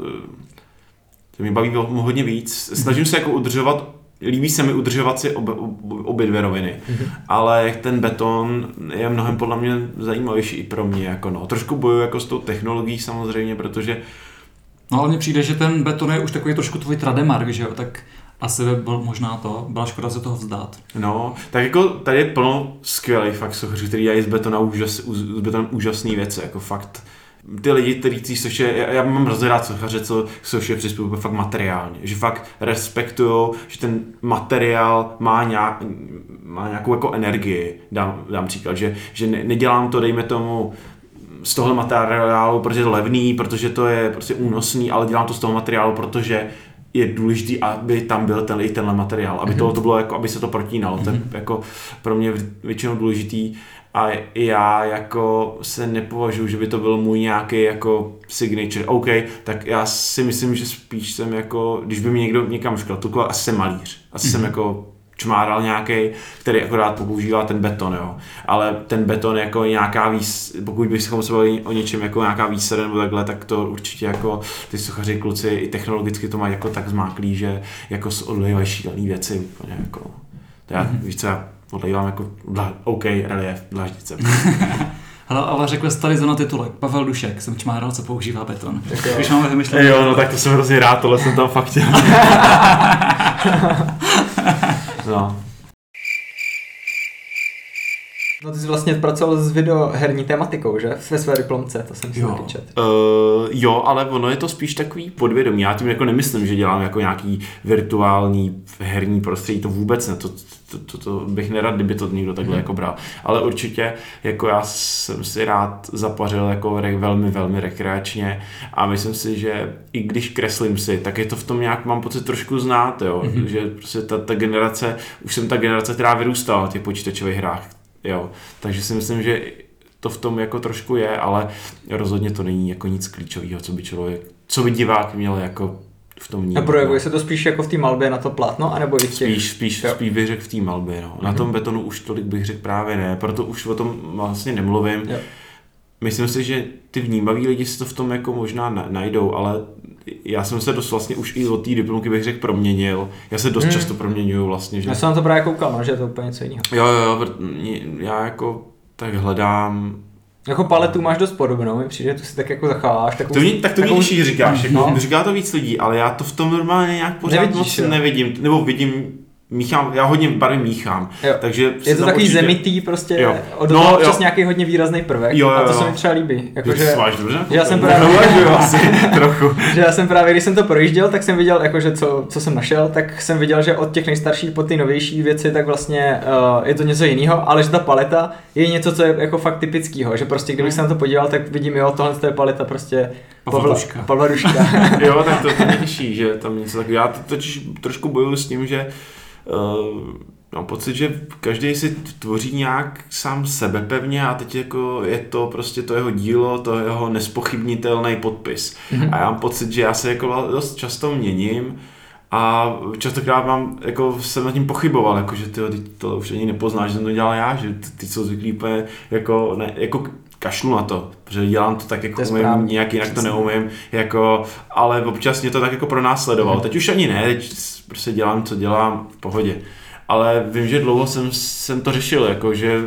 to mě baví hodně víc. Snažím se jako udržovat, líbí se mi udržovat si obě, obě dvě roviny, mm-hmm. ale ten beton je mnohem podle mě zajímavější i pro mě. Jako no. Trošku bojuju jako s tou technologií samozřejmě, protože... No ale mně přijde, že ten beton je už takový trošku tvůj trademark, že jo, tak... Asi by byl možná to, byla škoda se toho vzdát. No, tak jako tady je plno skvělých fakt sochařů, který dělají z betona úžas, z betonem úžasné věci, jako fakt. Ty lidi, kteří ty soše, já, já mám hrozně rád sochaře, co soše přispěvují fakt materiálně, že fakt respektujou, že ten materiál má, nějak, má nějakou jako energii, dám, dám příklad, že, že ne, nedělám to, dejme tomu, z toho materiálu, protože je to levný, protože to je prostě únosný, ale dělám to z toho materiálu, protože je důležitý, aby tam byl ten, i tenhle materiál, aby to, to bylo jako, aby se to protínalo. Mm-hmm. To je jako pro mě většinou důležitý a já jako se nepovažuji, že by to byl můj nějaký jako signature. OK, tak já si myslím, že spíš jsem jako, když by mi někdo někam škatulkoval, asi jsem malíř. Asi mm-hmm. jsem jako čmáral nějaký, který akorát používá ten beton, jo. Ale ten beton jako nějaká výs, pokud bychom se bavili o něčem jako nějaká výsada nebo takhle, tak to určitě jako ty sochaři, kluci i technologicky to mají jako tak zmáklý, že jako odlejvají šílený věci úplně jako. To já, mm-hmm. víš co, já odlejvám jako dla, OK, relief, dlaždice. Hele, ale řekl jsi tady za na titulek. Pavel Dušek, jsem čmáral, co používá beton. Když máme vymyšlený. Jo, no tak to jsem hrozně rád, tohle jsem tam fakt chtěl. No. No ty jsi vlastně pracoval s videoherní tematikou, že? Ve své diplomce, to jsem si taky čet. Uh, jo, ale ono je to spíš takový podvědomí. Já tím jako nemyslím, že dělám jako nějaký virtuální herní prostředí, to vůbec ne. To, to, to, to bych nerad, kdyby to někdo takhle hmm. jako bral. Ale určitě jako já jsem si rád zapařil jako re, velmi, velmi rekreačně a myslím si, že i když kreslím si, tak je to v tom nějak, mám pocit, trošku znát, jo. Hmm. Že prostě ta, ta generace, už jsem ta generace, která vyrůstala na těch počítačových hrách. Jo, takže si myslím, že to v tom jako trošku je, ale rozhodně to není jako nic klíčového, co by člověk, co by divák měl jako v tom vnímat. A projevuje se to spíš jako v té malbě na to plátno, anebo i v těch... Spíš, spíš, spíš bych řekl v té malbě, no. Na mm-hmm. tom betonu už tolik bych řekl právě ne, proto už o tom vlastně nemluvím. Jo. Myslím si, že ty vnímaví lidi si to v tom jako možná najdou, ale já jsem se dost vlastně už i od té diplomky bych řekl proměnil. Já se dost hmm. často proměňuju vlastně. Že... Já jsem na to právě koukal, no, že je to úplně něco jiného. Jo, jo, jo, já jako tak hledám... Jako paletu máš dost podobnou, mi přijde, tu si tak jako zacháváš. Takovou, to mě, tak to takovou... mě říkáš, jako, no. Říká to víc lidí, ale já to v tom normálně nějak pořád Nevidíš, moc jo. nevidím, nebo vidím... Míchám, já hodně barvy míchám, jo. takže... Je to takový určitě... zemitý prostě, jo. od toho no, občas nějaký hodně výrazný prvek jo, jo, jo. a to se mi třeba líbí. Jako, že, dobře? že já jsem právě, asi, trochu. že já jsem právě, když jsem to projížděl, tak jsem viděl, jakože co, co jsem našel, tak jsem viděl, že od těch nejstarších po ty novější věci, tak vlastně uh, je to něco jiného, ale že ta paleta je něco, co je jako fakt typického, že prostě kdybych se na to podíval, tak vidím, jo, tohle je paleta prostě Pavla Duška. Pavla Duška. Jo, tak to, to mě těší, že tam něco takového. Já totiž trošku bojuju s tím, že Uh, mám pocit, že každý si tvoří nějak sám sebepevně a teď jako je to prostě to jeho dílo, to jeho nespochybnitelný podpis. Mm-hmm. A já mám pocit, že já se jako dost často měním a častokrát mám, jako jsem nad tím pochyboval, jako že tyjo, ty to už ani nepoznáš, že jsem to dělal já, že ty, ty jsou zvyklí úplně jako, ne, jako kašlu na to, protože dělám to tak, jako to umím, nějak jinak to neumím, jako, ale občas mě to tak jako pronásledovalo. Mm. Teď už ani ne, teď prostě dělám, co dělám v pohodě. Ale vím, že dlouho jsem, jsem to řešil, jako, že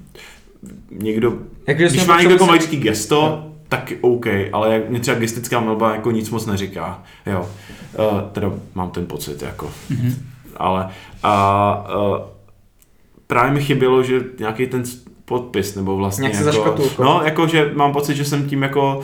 někdo, jak když má někdo jako maličký gesto, no. tak OK, ale jak mě třeba gestická malba jako nic moc neříká, jo. Uh, teda mám ten pocit, jako. Mm-hmm. Ale a, uh, právě mi chybělo, že nějaký ten podpis, nebo vlastně jako, no, jako, že mám pocit, že jsem tím jako,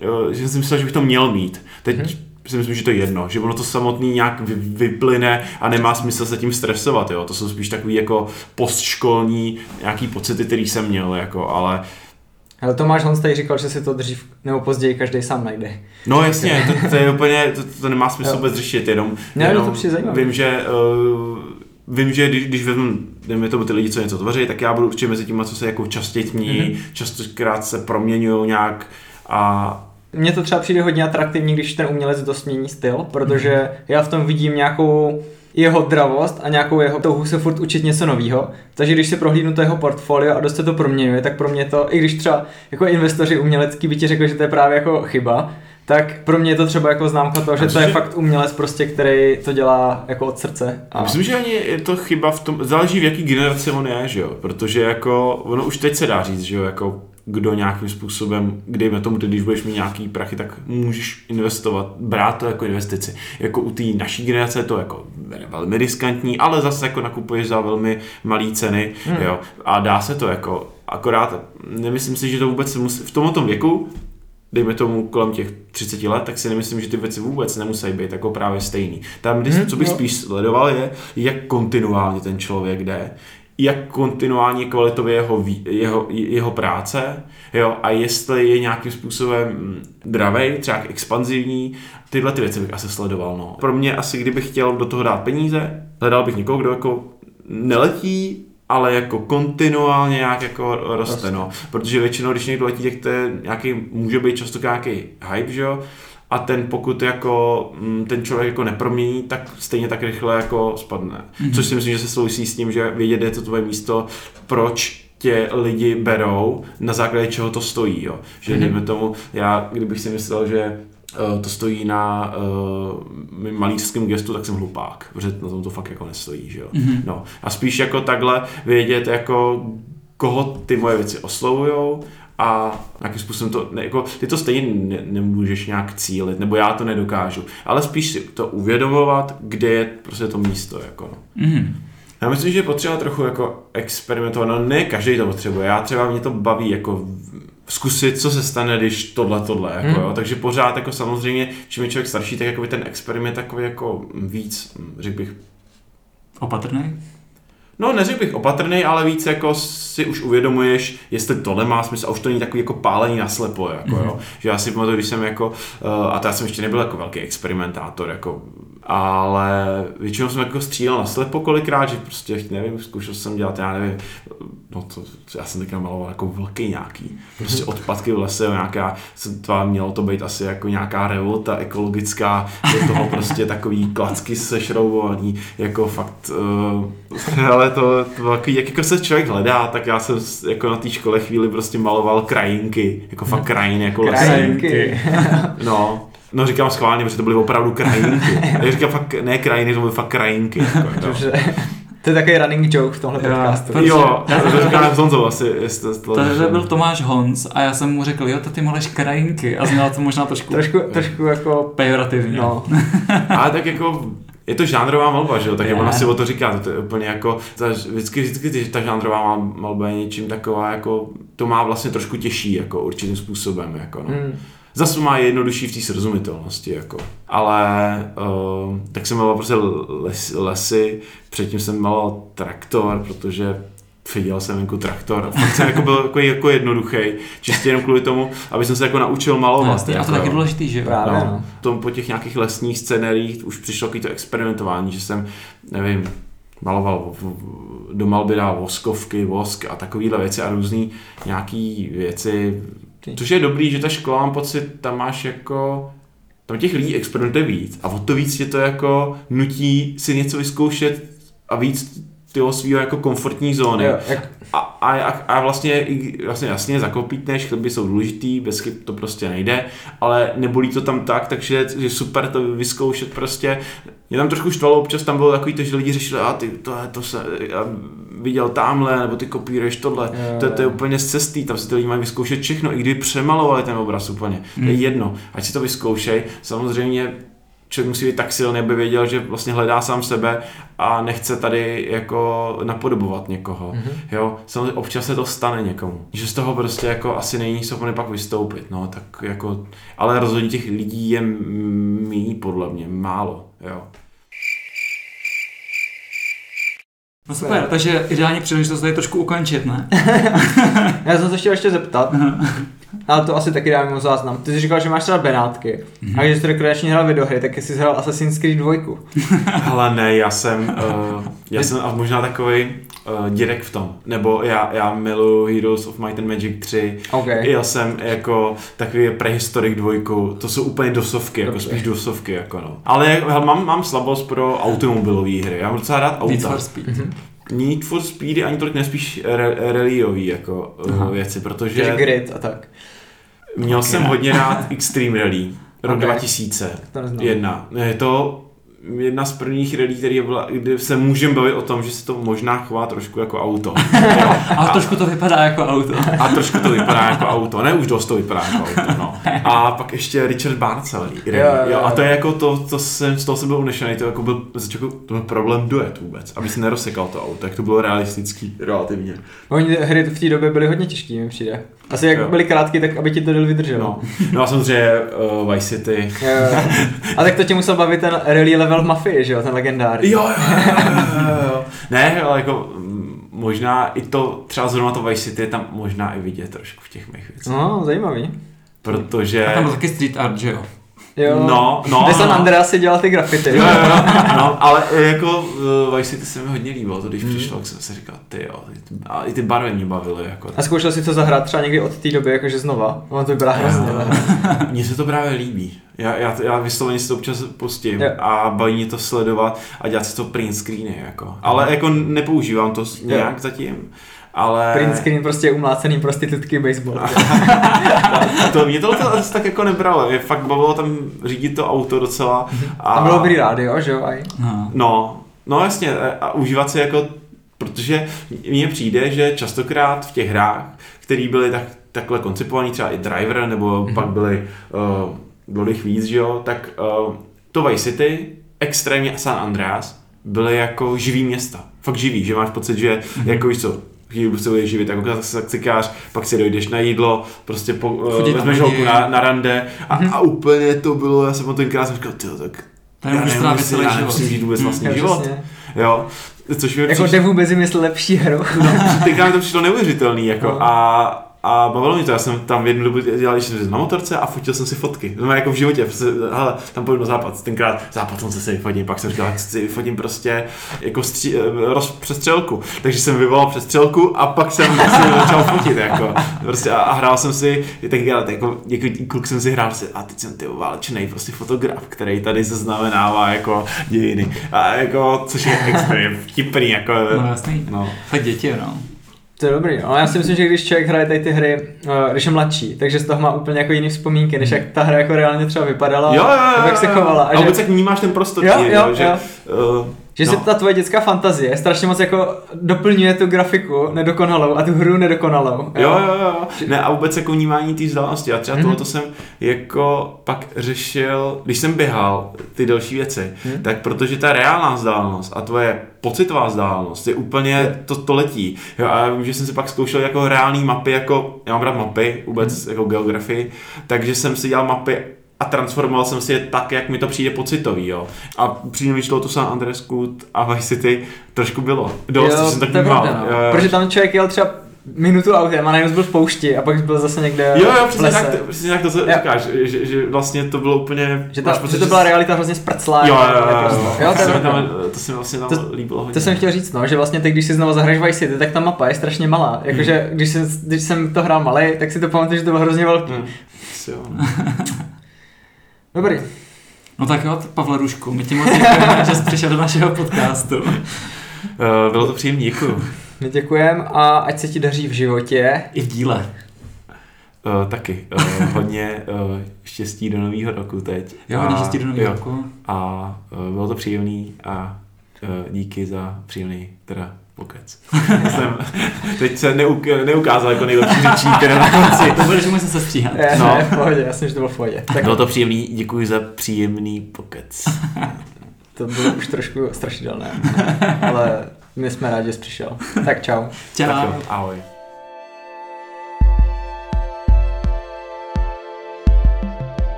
že jsem myslel, že bych to měl mít. Teď hmm. si myslím, že to je jedno, že ono to samotný nějak vyplyne a nemá smysl se tím stresovat, jo. To jsou spíš takový jako postškolní nějaký pocity, který jsem měl, jako, ale Ale Tomáš Honz tady říkal, že si to dřív nebo později každý sám najde. No jasně, to, to je úplně, to, to nemá smysl vůbec řešit, jenom, ne, jenom to přijde zajímavé. Vím, že uh, Vím, že když, když vezmu, dejme tomu ty lidi, co něco tvoří, tak já budu určitě mezi těma, co se jako častěji mění, mm-hmm. častokrát se proměňují nějak a... Mně to třeba přijde hodně atraktivní, když ten umělec dost mění styl, protože mm-hmm. já v tom vidím nějakou jeho dravost a nějakou jeho touhu se furt učit něco nového. Takže když si prohlídnu to jeho portfolio a dost se to proměňuje, tak pro mě to, i když třeba jako investoři umělecký by ti řekli, že to je právě jako chyba, tak pro mě je to třeba jako známka toho, že myslím, to je že... fakt umělec prostě, který to dělá jako od srdce. A... Myslím, že ani je to chyba v tom, záleží v jaký generaci on je, že jo, protože jako, ono už teď se dá říct, že jo, jako kdo nějakým způsobem, dejme tomu, když budeš mít nějaký prachy, tak můžeš investovat, brát to jako investici. Jako u té naší generace je to jako velmi riskantní, ale zase jako nakupuješ za velmi malé ceny, hmm. jo, a dá se to jako, akorát nemyslím si, že to vůbec se musí, v tomto věku, dejme tomu kolem těch třicet let, tak si nemyslím, že ty věci vůbec nemusí být jako právě stejný. Tam, když, hmm, co bych jo. spíš sledoval, je, jak kontinuálně ten člověk jde, jak kontinuálně kvalitově jeho, jeho, jeho práce, jo, a jestli je nějakým způsobem dravej, třeba expanzivní, tyhle ty věci bych asi sledoval. No. Pro mě asi, kdybych chtěl do toho dát peníze, hledal bych někoho, kdo jako neletí, ale jako kontinuálně nějak jako roste, no. Protože většinou, když někdo letí, tak to je nějaký, může být často nějaký hype, že jo, a ten pokud jako ten člověk jako nepromění, tak stejně tak rychle jako spadne. Mm-hmm. Což si myslím, že se souvisí s tím, že vědět, je to tvoje místo, proč tě lidi berou, na základě čeho to stojí, jo. Že mm-hmm. dejme tomu, já kdybych si myslel, že Uh, to stojí na uh, malířském gestu, tak jsem hlupák, protože na tom to fakt jako nestojí, že jo. Mm-hmm. No, a spíš jako takhle vědět, jako koho ty moje věci oslovujou a nějakým způsobem to, ne, jako, ty to stejně ne, nemůžeš nějak cílit, nebo já to nedokážu, ale spíš si to uvědomovat, kde je prostě to místo, jako no. Mm-hmm. Já myslím, že je potřeba trochu jako experimentovat, no ne každý to potřebuje, já třeba mě to baví jako zkusit, co se stane, když tohle, tohle, jako, hmm. jo, takže pořád jako samozřejmě, čím je člověk starší, tak jakoby ten experiment takový jako víc, řekl bych. Opatrný? No, neřekl bych opatrný, ale víc jako si už uvědomuješ, jestli tohle má smysl a už to není takový jako pálení naslepo, jako mm-hmm. jo. Že já si pamatuju, když jsem jako, a to já jsem ještě nebyl jako velký experimentátor, jako, ale většinou jsem jako střílel naslepo kolikrát, že prostě, nevím, zkoušel jsem dělat, já nevím, no to, já jsem teďka maloval jako velký nějaký, prostě odpadky v lese, nějaká, to mělo to být asi jako nějaká revolta ekologická, do toho prostě takový klacky sešroubovaný, jako fakt, uh, ale to, to takový, jak jako se člověk hledá, tak já jsem jako na té škole chvíli prostě maloval krajinky, jako fakt krajiny, jako krajinky. No, no říkám schválně, protože to byly opravdu krajinky. Já říkám fakt, ne krajiny, to byly fakt krajinky. Jako, to je takový running joke v tomhle podcastu. Jo, jo, já to říkám s Honzou asi. To, to byl Tomáš Honz a já jsem mu řekl, jo, to ty maleš krajinky a zněla to možná trošku, trošku, trošku jako pejorativně. No. Ale tak jako je to žánrová malba, že jo, tak ona si o to říká, to je úplně jako, ta, vždycky, vždycky ta žánrová malba je něčím taková, jako, to má vlastně trošku těžší, jako určitým způsobem, jako no. Mm. Zase má jednodušší v té srozumitelnosti, jako. Ale uh, tak jsem maloval prostě les, lesy, předtím jsem maloval traktor, protože viděl jsem venku traktor. Fakt jsem jako byl jako, jako jednoduchý, čistě jenom kvůli tomu, aby jsem se jako naučil malovat. No, jako, a to taky důležitý, že jo? Právě, no. no. Tom po těch nějakých lesních scenériích už přišlo takový to experimentování, že jsem, nevím, maloval, do malby dal voskovky, vosk a takovýhle věci a různý nějaký věci. Což je dobrý, že ta škola, mám pocit, tam máš jako, tam těch lidí experimentuje víc a o to víc tě to jako nutí si něco vyzkoušet a víc tyho svýho jako komfortní zóny. Jo, jak... a, a, a vlastně, vlastně jasně zakopítneš, chleby jsou důležitý, bez chyb to prostě nejde, ale nebolí to tam tak, takže je super to vyzkoušet prostě. Mě tam trošku štvalo, občas tam bylo takový to, že lidi řešili, a ty to, to se já viděl tamhle, nebo ty kopíruješ tohle, jo, to, to je úplně z cesty, tam si ty lidi mají vyzkoušet všechno, i kdyby přemalovali ten obraz úplně, to je jedno, ať si to vyzkoušej, samozřejmě člověk musí být tak silný, aby věděl, že vlastně hledá sám sebe a nechce tady jako napodobovat někoho. Mm-hmm. Jo, samozřejmě občas se to stane někomu, že z toho prostě jako asi není schopný pak vystoupit, no, tak jako, ale rozhodně těch lidí je méně podle mě, málo, jo. No super, ne. Takže ideální příležitost tady trošku ukončit, ne? Já jsem se chtěl ještě zeptat, ale to asi taky dáme moc záznam. Ty jsi říkal, že máš třeba Benátky mm-hmm. a když jsi rekreačně hrál videohry, tak jsi hrál Assassin's Creed dva. Ale ne, já jsem, uh, já jsem a možná takový uh, dědek v tom, nebo já, já miluji Heroes of Might and Magic tři, okay. Já jsem jako takový prehistorik dvojku, to jsou úplně dosovky, jako spíš dosovky, jako no. Ale hele, mám, mám slabost pro automobilové hry, já mám docela rád auta. Need for Speed. Mm-hmm. Need for Speedy ani tolik nespíš re- rallyový jako uh, věci, protože... Takže grid a tak. Měl okay. jsem hodně rád Extreme Rally, rok okay. dva tisíce jedna. Je to jedna z prvních rally, který byla, kde se můžeme bavit o tom, že se to možná chová trošku jako auto. A trošku to vypadá jako auto. A trošku to vypadá jako auto, ne už dost to vypadá jako auto, no. A pak ještě Richard Barcelý. Jo, jo, jo. A to je jako to, to jsem, z toho jsem byl unešený, to jako byl, to byl problém dojet vůbec, aby si nerosekal to auto, jak to bylo realistický, relativně. Oni hry v té době byly hodně těžký, mi přijde. Asi jak jo. byly krátký, tak aby ti to vydrželo. No, no a samozřejmě uh, Vice City. Jo, jo. A tak to tě musel bavit ten rally level v Mafii, že jo, ten legendární. Jo, jo, jo, jo. Ne, ale jako možná i to, třeba zrovna to Vice City je tam možná i vidět trošku v těch mých věcích. No, zajímavý. Protože... A tam byl taky street art, že jo? Jo, no, no, kde San no. Andreas si dělal ty grafity. Jo, jo, no, ale jako uh, Vice City se mi hodně líbilo, to když mm. přišlo, tak jsem si říkal, ty jo, a i ty barvy mě bavily. Jako. A zkoušel jsi to zahrát třeba někdy od té doby, jakože znova? Ono to vypadá hrozně. Mně se to právě líbí. Já, já, já vysloveně si to občas pustím jo. a baví mě to sledovat a dělat si to print screeny, jako. Ale jako nepoužívám to nějak jo. zatím. Ale... Print screen prostě umlácený prostitutky baseball. to, mě to asi tak jako nebralo, je fakt bavilo tam řídit to auto docela. A... Tam bylo dobrý rádio, že jo? Aj. No, no jasně, a užívat si jako, protože mně přijde, že častokrát v těch hrách, které byly tak, takhle koncipované, třeba i Driver, nebo mm-hmm. pak byly, uh, bylo jich víc, že jo, tak uh, to Vice City, extrémně San Andreas, byly jako živý města. fakt živý, že máš pocit, že mm-hmm. jako víš co, chvíli se budeš živit, jako taxikář, pak si dojdeš na jídlo, prostě po, vezmeš holku na, na rande a, mm-hmm. a úplně to bylo, já jsem o tenkrát jsem říkal, tyjo, tak já nevím, si, já nemusím žít vůbec vlastní mm, život. Jo. Což mi jako jde vůbec mysl lepší hru. No, teďka mi to přišlo neuvěřitelný, jako no. a A bavilo mě to, já jsem tam v jednu dobu dělal, když jsem na motorce a fotil jsem si fotky. To jako v životě, prostě, hele, tam pojdu na západ, tenkrát západ jsem se si vyfotím, pak jsem říkal, si vyfotím prostě jako stří, roz, přestřelku. Takže jsem vyvolal přestřelku a pak jsem vlastně začal fotit, jako. Prostě a, a hrál jsem si, tak jako, jako kluk jsem si hrál si, a teď jsem ty válečnej prostě fotograf, který tady zaznamenává jako dějiny. A jako, což je extrémně vtipný, jako. No jasný, no. Tak děti, no. To je dobrý, ale já si myslím, že když člověk hraje tady ty hry, když je mladší, takže z toho má úplně jako jiný vzpomínky, než jak ta hra jako reálně třeba vypadala, jo, jo, jo, jak se chovala. A, a vůbec jak vnímáš ten prostor, jo, jo, jo, že, jo. Uh, že no. si ta tvoje dětská fantazie strašně moc jako doplňuje tu grafiku nedokonalou a tu hru nedokonalou. Jo, jo, jo. jo. Ne, a vůbec jako vnímání té vzdálenosti. A třeba mm-hmm. tohoto jsem jako pak řešil, když jsem běhal ty další věci, mm. tak protože ta reálná vzdálenost a tvoje pocitová vzdálenost je úplně, to, to letí. Jo, a já vím, že jsem si pak zkoušel jako reální mapy, jako, já mám rád mapy, vůbec mm. jako geografii, takže jsem si dělal mapy a transformoval jsem si je tak, jak mi to přijde pocitový, jo. A přijde mi šlo to San Andreas Scoot a Vice City trošku bylo. Dost, jo, jsem tak vnímal. No. Protože tam člověk jel třeba minutu autem a najednou byl v poušti a pak byl zase někde jo, jo, přesně tak, to, přesně tak to se říkáš, že, že vlastně to bylo úplně... Že, ta, pocit, že to byla realita hrozně zprclá. Jo, jo, jo, prostě. jo, to, to, se tam, to se mi vlastně tam to, líbilo hodně. To jsem chtěl říct, no, že vlastně teď, když si znovu zahraješ Vice City, tak ta mapa je strašně malá. Jakože hmm. když, jsem, když jsem to hrál malej, tak si to pamatuju, že to bylo hrozně velký. Hmm. Jo. Dobrý. No tak jo, Pavle Rušku, my ti moc děkujeme, že jsi přišel do našeho podcastu. Uh, bylo to příjemný, děkuju. My děkujeme a ať se ti daří v životě. I v díle. Uh, taky. Uh, hodně uh, štěstí do nového roku teď. Jo, hodně štěstí do nového roku. A uh, bylo to příjemný a uh, díky za příjemný teda pokec. Jsem teď se neuk- neukázal jako nejlepší řečník, která na konci. To bude, že musím se stříhat. Ne, no. ne, v pohodě, já jsem, že to bylo v pohodě. Tak bylo to příjemný, děkuji za příjemný pokec. To bylo už trošku strašidelné, ale my jsme rádi, že jsi přišel. Tak čau. Čau. Tak jo, ahoj.